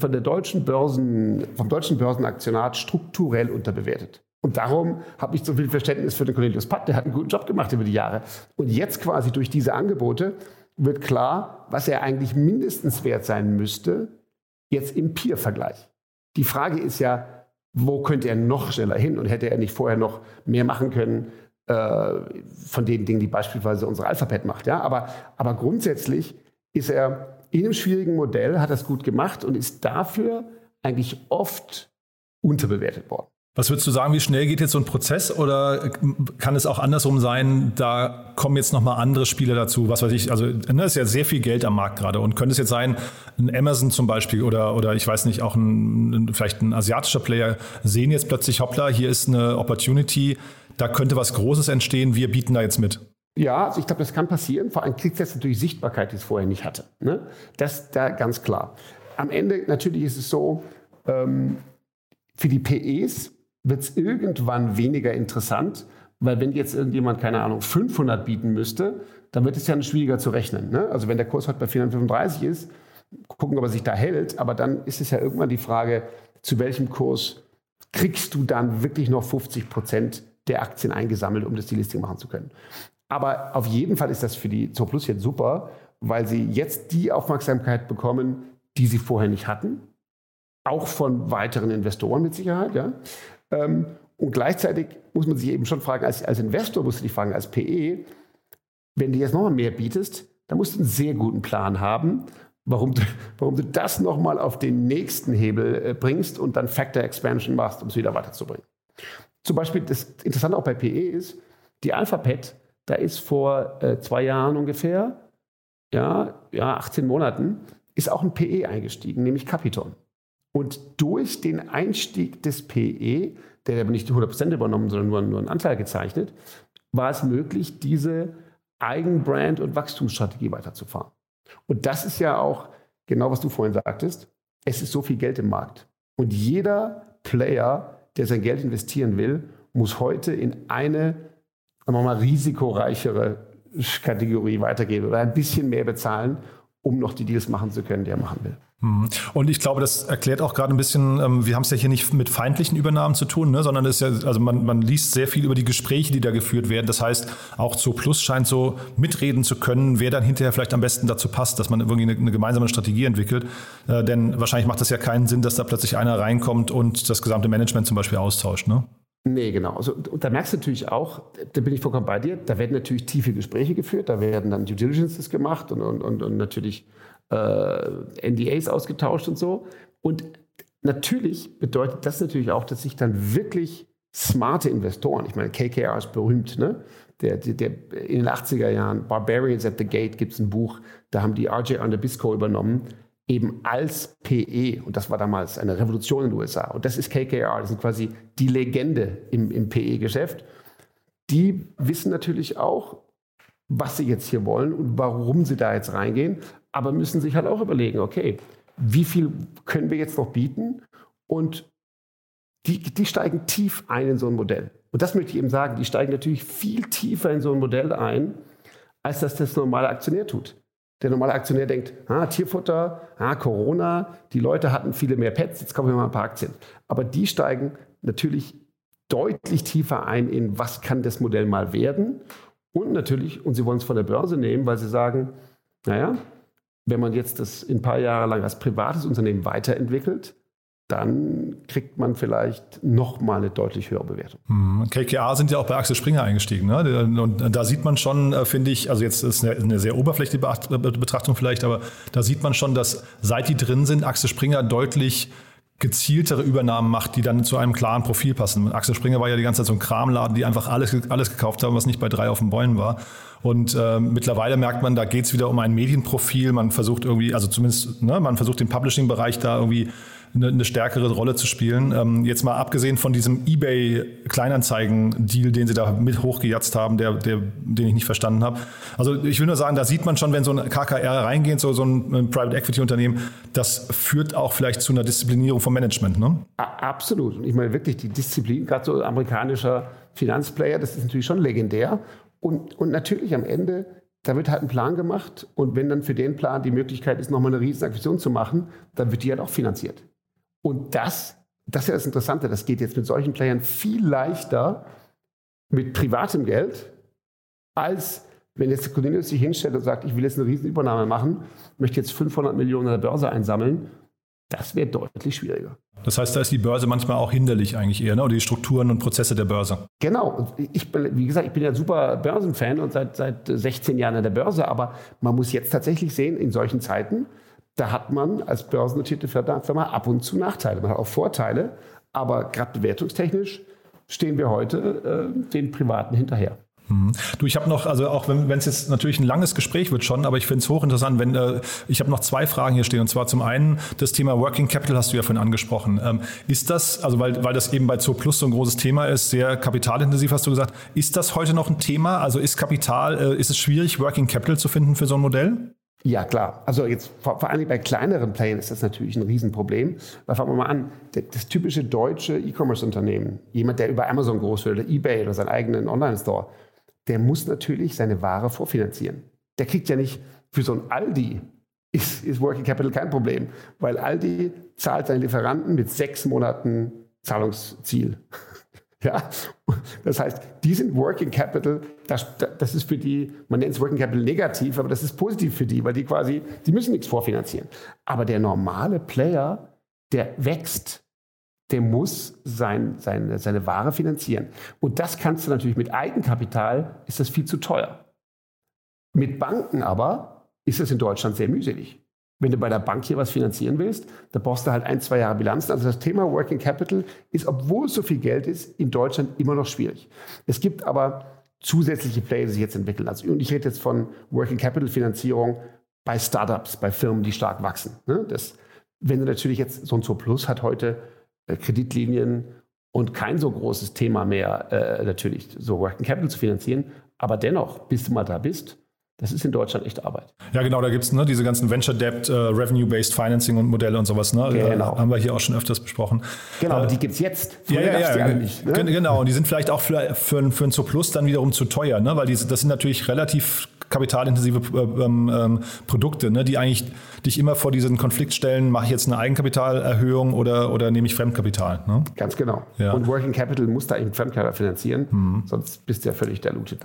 Börsenaktionat strukturell unterbewertet. Und darum habe ich so viel Verständnis für den Cornelius Patt, der hat einen guten Job gemacht über die Jahre. Und jetzt quasi durch diese Angebote wird klar, was er eigentlich mindestens wert sein müsste, jetzt im Peer-Vergleich. Die Frage ist ja, wo könnte er noch schneller hin und hätte er nicht vorher noch mehr machen können von den Dingen, die beispielsweise unsere Alphabet macht. Ja? Aber grundsätzlich ist er in einem schwierigen Modell, hat das gut gemacht und ist dafür eigentlich oft unterbewertet worden. Was würdest du sagen, wie schnell geht jetzt so ein Prozess oder kann es auch andersrum sein, da kommen jetzt nochmal andere Spieler dazu, was weiß ich, also es ist ja sehr viel Geld am Markt gerade und könnte es jetzt sein, ein Amazon zum Beispiel oder ich weiß nicht, auch vielleicht ein asiatischer Player sehen jetzt plötzlich, hoppla, hier ist eine Opportunity, da könnte was Großes entstehen, wir bieten da jetzt mit. Ja, also ich glaube, das kann passieren. Vor allem kriegt es jetzt natürlich Sichtbarkeit, die es vorher nicht hatte. Ne? Das ist da ganz klar. Am Ende natürlich ist es so, für die PEs wird es irgendwann weniger interessant, weil wenn jetzt irgendjemand, keine Ahnung, 500 bieten müsste, dann wird es ja schwieriger zu rechnen. Ne? Also wenn der Kurs heute bei 435 ist, gucken, ob er sich da hält, aber dann ist es ja irgendwann die Frage, zu welchem Kurs kriegst du dann wirklich noch 50% der Aktien eingesammelt, um das Delisting machen zu können. Aber auf jeden Fall ist das für die Zooplus jetzt super, weil sie jetzt die Aufmerksamkeit bekommen, die sie vorher nicht hatten. Auch von weiteren Investoren mit Sicherheit. Ja. Und gleichzeitig muss man sich eben schon fragen, als Investor musst du dich fragen, als PE, wenn du jetzt nochmal mehr bietest, dann musst du einen sehr guten Plan haben, warum du das nochmal auf den nächsten Hebel bringst und dann Factor Expansion machst, um es wieder weiterzubringen. Zum Beispiel, das Interessante auch bei PE ist, die Alphabet, da ist vor 2 Jahren ungefähr, 18 Monaten, ist auch ein PE eingestiegen, nämlich Capiton. Und durch den Einstieg des PE, der aber nicht die 100% übernommen, sondern nur einen Anteil gezeichnet, war es möglich, diese Eigenbrand- und Wachstumsstrategie weiterzufahren. Und das ist ja auch genau, was du vorhin sagtest. Es ist so viel Geld im Markt. Und jeder Player, der sein Geld investieren will, muss heute in eine risikoreichere Kategorie weitergehen oder ein bisschen mehr bezahlen, um noch die Deals machen zu können, die er machen will. Und ich glaube, das erklärt auch gerade ein bisschen, wir haben es ja hier nicht mit feindlichen Übernahmen zu tun, ne, sondern es ist ja, also man liest sehr viel über die Gespräche, die da geführt werden. Das heißt, auch Zooplus scheint so mitreden zu können, wer dann hinterher vielleicht am besten dazu passt, dass man irgendwie eine gemeinsame Strategie entwickelt. Denn wahrscheinlich macht das ja keinen Sinn, dass da plötzlich einer reinkommt und das gesamte Management zum Beispiel austauscht, ne? Nee, genau. Also, und da merkst du natürlich auch, da bin ich vollkommen bei dir, da werden natürlich tiefe Gespräche geführt, da werden dann Due Diligences gemacht und natürlich NDAs ausgetauscht und so. Und natürlich bedeutet das natürlich auch, dass sich dann wirklich smarte Investoren, ich meine, KKR ist berühmt, ne? Der in den 80er Jahren, Barbarians at the Gate, gibt es ein Buch, da haben die R.J. Nabisco übernommen, eben als PE. Und das war damals eine Revolution in den USA. Und das ist KKR, das sind quasi die Legende im PE-Geschäft. Die wissen natürlich auch, was sie jetzt hier wollen und warum sie da jetzt reingehen, aber müssen sich halt auch überlegen, okay, wie viel können wir jetzt noch bieten? Und die steigen tief ein in so ein Modell. Und das möchte ich eben sagen, die steigen natürlich viel tiefer in so ein Modell ein, als das normale Aktionär tut. Der normale Aktionär denkt, Tierfutter, Corona, die Leute hatten viele mehr Pets, jetzt kaufen wir mal ein paar Aktien. Aber die steigen natürlich deutlich tiefer ein in, was kann das Modell mal werden? Und natürlich, und sie wollen es von der Börse nehmen, weil sie sagen, naja, wenn man jetzt das ein paar Jahre lang als privates Unternehmen weiterentwickelt, dann kriegt man vielleicht nochmal eine deutlich höhere Bewertung. KKR sind ja auch bei Axel Springer eingestiegen, ne? Und da sieht man schon, finde ich, also jetzt ist eine sehr oberflächliche Betrachtung vielleicht, aber da sieht man schon, dass seit die drin sind, Axel Springer deutlich gezieltere Übernahmen macht, die dann zu einem klaren Profil passen. Axel Springer war ja die ganze Zeit so ein Kramladen, die einfach alles gekauft haben, was nicht bei 3 auf den Bäumen war. Und mittlerweile merkt man, da geht es wieder um ein Medienprofil. Man versucht irgendwie, also zumindest, ne, man versucht den Publishing-Bereich da irgendwie eine stärkere Rolle zu spielen. Jetzt mal abgesehen von diesem eBay-Kleinanzeigen-Deal, den sie da mit hochgejatzt haben, den ich nicht verstanden habe. Also ich will nur sagen, da sieht man schon, wenn so ein KKR reingeht, so ein Private-Equity-Unternehmen, das führt auch vielleicht zu einer Disziplinierung vom Management, ne? Absolut. Und ich meine wirklich die Disziplin, gerade so amerikanischer Finanzplayer, das ist natürlich schon legendär. Und natürlich am Ende, da wird halt ein Plan gemacht. Und wenn dann für den Plan die Möglichkeit ist, nochmal eine riesen Akquisition zu machen, dann wird die halt auch finanziert. Und das ist ja das Interessante, das geht jetzt mit solchen Playern viel leichter mit privatem Geld, als wenn jetzt Cornelius sich hinstellt und sagt, ich will jetzt eine Riesenübernahme machen, möchte jetzt 500 Millionen an der Börse einsammeln. Das wäre deutlich schwieriger. Das heißt, da ist die Börse manchmal auch hinderlich eigentlich eher, ne? Oder die Strukturen und Prozesse der Börse. Genau. Und ich bin ja super Börsenfan und seit 16 Jahren an der Börse. Aber man muss jetzt tatsächlich sehen, in solchen Zeiten, da hat man als börsennotierte Firma ab und zu Nachteile. Man hat auch Vorteile, aber gerade bewertungstechnisch stehen wir heute den Privaten hinterher. Du, ich habe noch, also auch wenn es jetzt natürlich ein langes Gespräch wird schon, aber ich finde es hochinteressant, ich habe noch 2 Fragen hier stehen. Und zwar zum einen, das Thema Working Capital hast du ja vorhin angesprochen. Ist das, also weil das eben bei Zooplus so ein großes Thema ist, sehr kapitalintensiv hast du gesagt, ist das heute noch ein Thema? Also ist es schwierig, Working Capital zu finden für so ein Modell? Ja, klar. Also jetzt vor allem bei kleineren Playern ist das natürlich ein Riesenproblem. Weil fangen wir mal an, das typische deutsche E-Commerce-Unternehmen, jemand, der über Amazon groß wird oder eBay oder seinen eigenen Online-Store, der muss natürlich seine Ware vorfinanzieren. Der kriegt ja nicht für so ein Aldi, ist Working Capital kein Problem, weil Aldi zahlt seinen Lieferanten mit 6 Monaten Zahlungsziel. Ja, das heißt, die sind Working Capital, das ist für die, man nennt es Working Capital negativ, aber das ist positiv für die, weil die müssen nichts vorfinanzieren. Aber der normale Player, der wächst, der muss seine Ware finanzieren. Und das kannst du natürlich mit Eigenkapital, ist das viel zu teuer. Mit Banken aber ist das in Deutschland sehr mühselig. Wenn du bei der Bank hier was finanzieren willst, da brauchst du halt 1-2 Jahre Bilanzen. Also das Thema Working Capital ist, obwohl es so viel Geld ist, in Deutschland immer noch schwierig. Es gibt aber zusätzliche Player, die sich jetzt entwickeln. Also, und ich rede jetzt von Working Capital Finanzierung bei Startups, bei Firmen, die stark wachsen. Wenn du natürlich jetzt, so ein Zooplus hat heute Kreditlinien und kein so großes Thema mehr, natürlich so Working Capital zu finanzieren. Aber dennoch, bis du mal da bist, das ist in Deutschland echt Arbeit. Ja, genau, da gibt es diese ganzen Venture Debt, Revenue-Based Financing und Modelle und sowas. Ne? Genau. Haben wir hier auch schon öfters besprochen. Genau, aber die gibt es jetzt. Vorher gab's die alle nicht. Ne? Genau, und die sind vielleicht auch für einen Zooplus dann wiederum zu teuer, ne? Weil das sind natürlich relativ kapitalintensive Produkte, ne, die eigentlich dich immer vor diesen Konflikt stellen, mache ich jetzt eine Eigenkapitalerhöhung oder nehme ich Fremdkapital? Ne? Ganz genau. Ja. Und Working Capital muss da eben Fremdkapital finanzieren, sonst bist du ja völlig diluted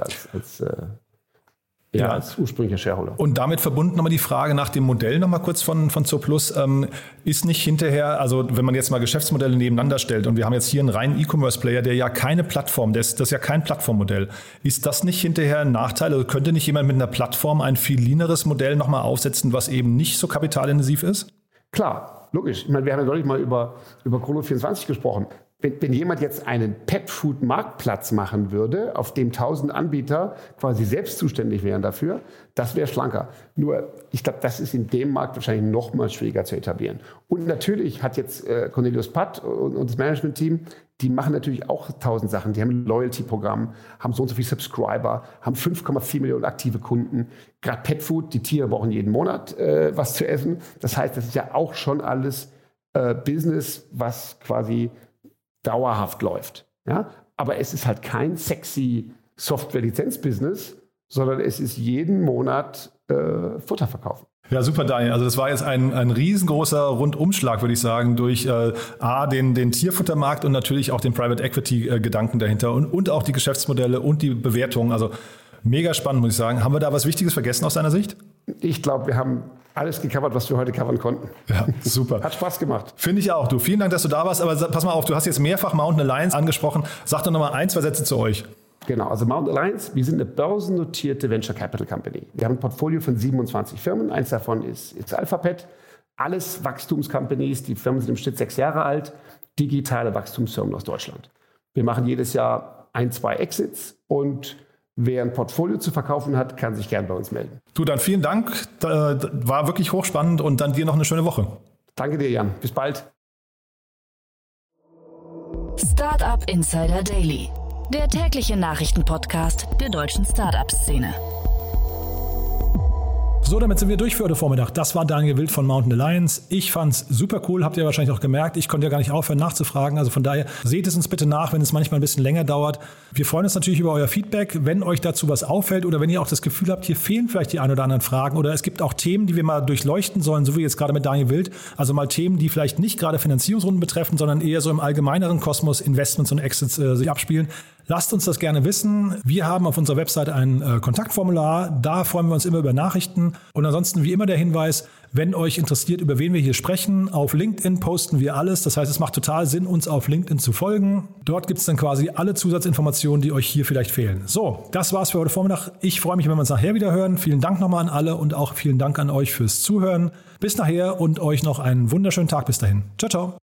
als ursprünglicher Shareholder. Und damit verbunden nochmal die Frage nach dem Modell nochmal kurz von Zooplus. Ist nicht hinterher, also wenn man jetzt mal Geschäftsmodelle nebeneinander stellt und wir haben jetzt hier einen reinen E-Commerce-Player, der ja keine Plattform, das ist ja kein Plattformmodell. Ist das nicht hinterher ein Nachteil? Also könnte nicht jemand mit einer Plattform ein viel leaneres Modell nochmal aufsetzen, was eben nicht so kapitalintensiv ist? Klar, logisch. Ich meine, wir haben ja neulich mal über Chrono24 gesprochen. Wenn jemand jetzt einen Pet-Food-Marktplatz machen würde, auf dem 1000 Anbieter quasi selbst zuständig wären dafür, das wäre schlanker. Nur, ich glaube, das ist in dem Markt wahrscheinlich noch mal schwieriger zu etablieren. Und natürlich hat jetzt Cornelius Patt und das Management-Team, die machen natürlich auch 1000 Sachen. Die haben ein Loyalty-Programm, haben so und so viele Subscriber, haben 5,4 Millionen aktive Kunden. Gerade Pet-Food, die Tiere brauchen jeden Monat was zu essen. Das heißt, das ist ja auch schon alles Business, was quasi dauerhaft läuft. Ja? Aber es ist halt kein sexy Software-Lizenz-Business, sondern es ist jeden Monat Futter verkaufen. Ja, super, Daniel. Also das war jetzt ein riesengroßer Rundumschlag, würde ich sagen, durch den Tierfuttermarkt und natürlich auch den Private Equity-Gedanken dahinter und auch die Geschäftsmodelle und die Bewertungen. Also mega spannend, muss ich sagen. Haben wir da was Wichtiges vergessen aus deiner Sicht? Ich glaube, wir haben alles gecovert, was wir heute covern konnten. Ja, super. Hat Spaß gemacht. Finde ich auch. Du, vielen Dank, dass du da warst. Aber pass mal auf, du hast jetzt mehrfach Mountain Alliance angesprochen. Sag doch noch mal 1, 2 Sätze zu euch. Genau, also Mountain Alliance, wir sind eine börsennotierte Venture Capital Company. Wir haben ein Portfolio von 27 Firmen. Eins davon ist Alphabet. Alles Wachstumscompanies. Die Firmen sind im Schnitt 6 Jahre alt. Digitale Wachstumsfirmen aus Deutschland. Wir machen jedes Jahr 1, 2 Exits und wer ein Portfolio zu verkaufen hat, kann sich gern bei uns melden. Du, dann vielen Dank. War wirklich hochspannend und dann dir noch eine schöne Woche. Danke dir, Jan. Bis bald. Startup Insider Daily, der tägliche Nachrichtenpodcast der deutschen Startup-Szene. So, damit sind wir durch für heute Vormittag. Das war Daniel Wild von Mountain Alliance. Ich fand's super cool, habt ihr wahrscheinlich auch gemerkt. Ich konnte ja gar nicht aufhören nachzufragen. Also von daher seht es uns bitte nach, wenn es manchmal ein bisschen länger dauert. Wir freuen uns natürlich über euer Feedback. Wenn euch dazu was auffällt oder wenn ihr auch das Gefühl habt, hier fehlen vielleicht die ein oder anderen Fragen oder es gibt auch Themen, die wir mal durchleuchten sollen, so wie jetzt gerade mit Daniel Wild. Also mal Themen, die vielleicht nicht gerade Finanzierungsrunden betreffen, sondern eher so im allgemeineren Kosmos Investments und Exits sich abspielen. Lasst uns das gerne wissen. Wir haben auf unserer Website ein Kontaktformular. Da freuen wir uns immer über Nachrichten. Und ansonsten wie immer der Hinweis, wenn euch interessiert, über wen wir hier sprechen, auf LinkedIn posten wir alles. Das heißt, es macht total Sinn, uns auf LinkedIn zu folgen. Dort gibt es dann quasi alle Zusatzinformationen, die euch hier vielleicht fehlen. So, das war's für heute Vormittag. Ich freue mich, wenn wir uns nachher wieder hören. Vielen Dank nochmal an alle und auch vielen Dank an euch fürs Zuhören. Bis nachher und euch noch einen wunderschönen Tag bis dahin. Ciao, ciao.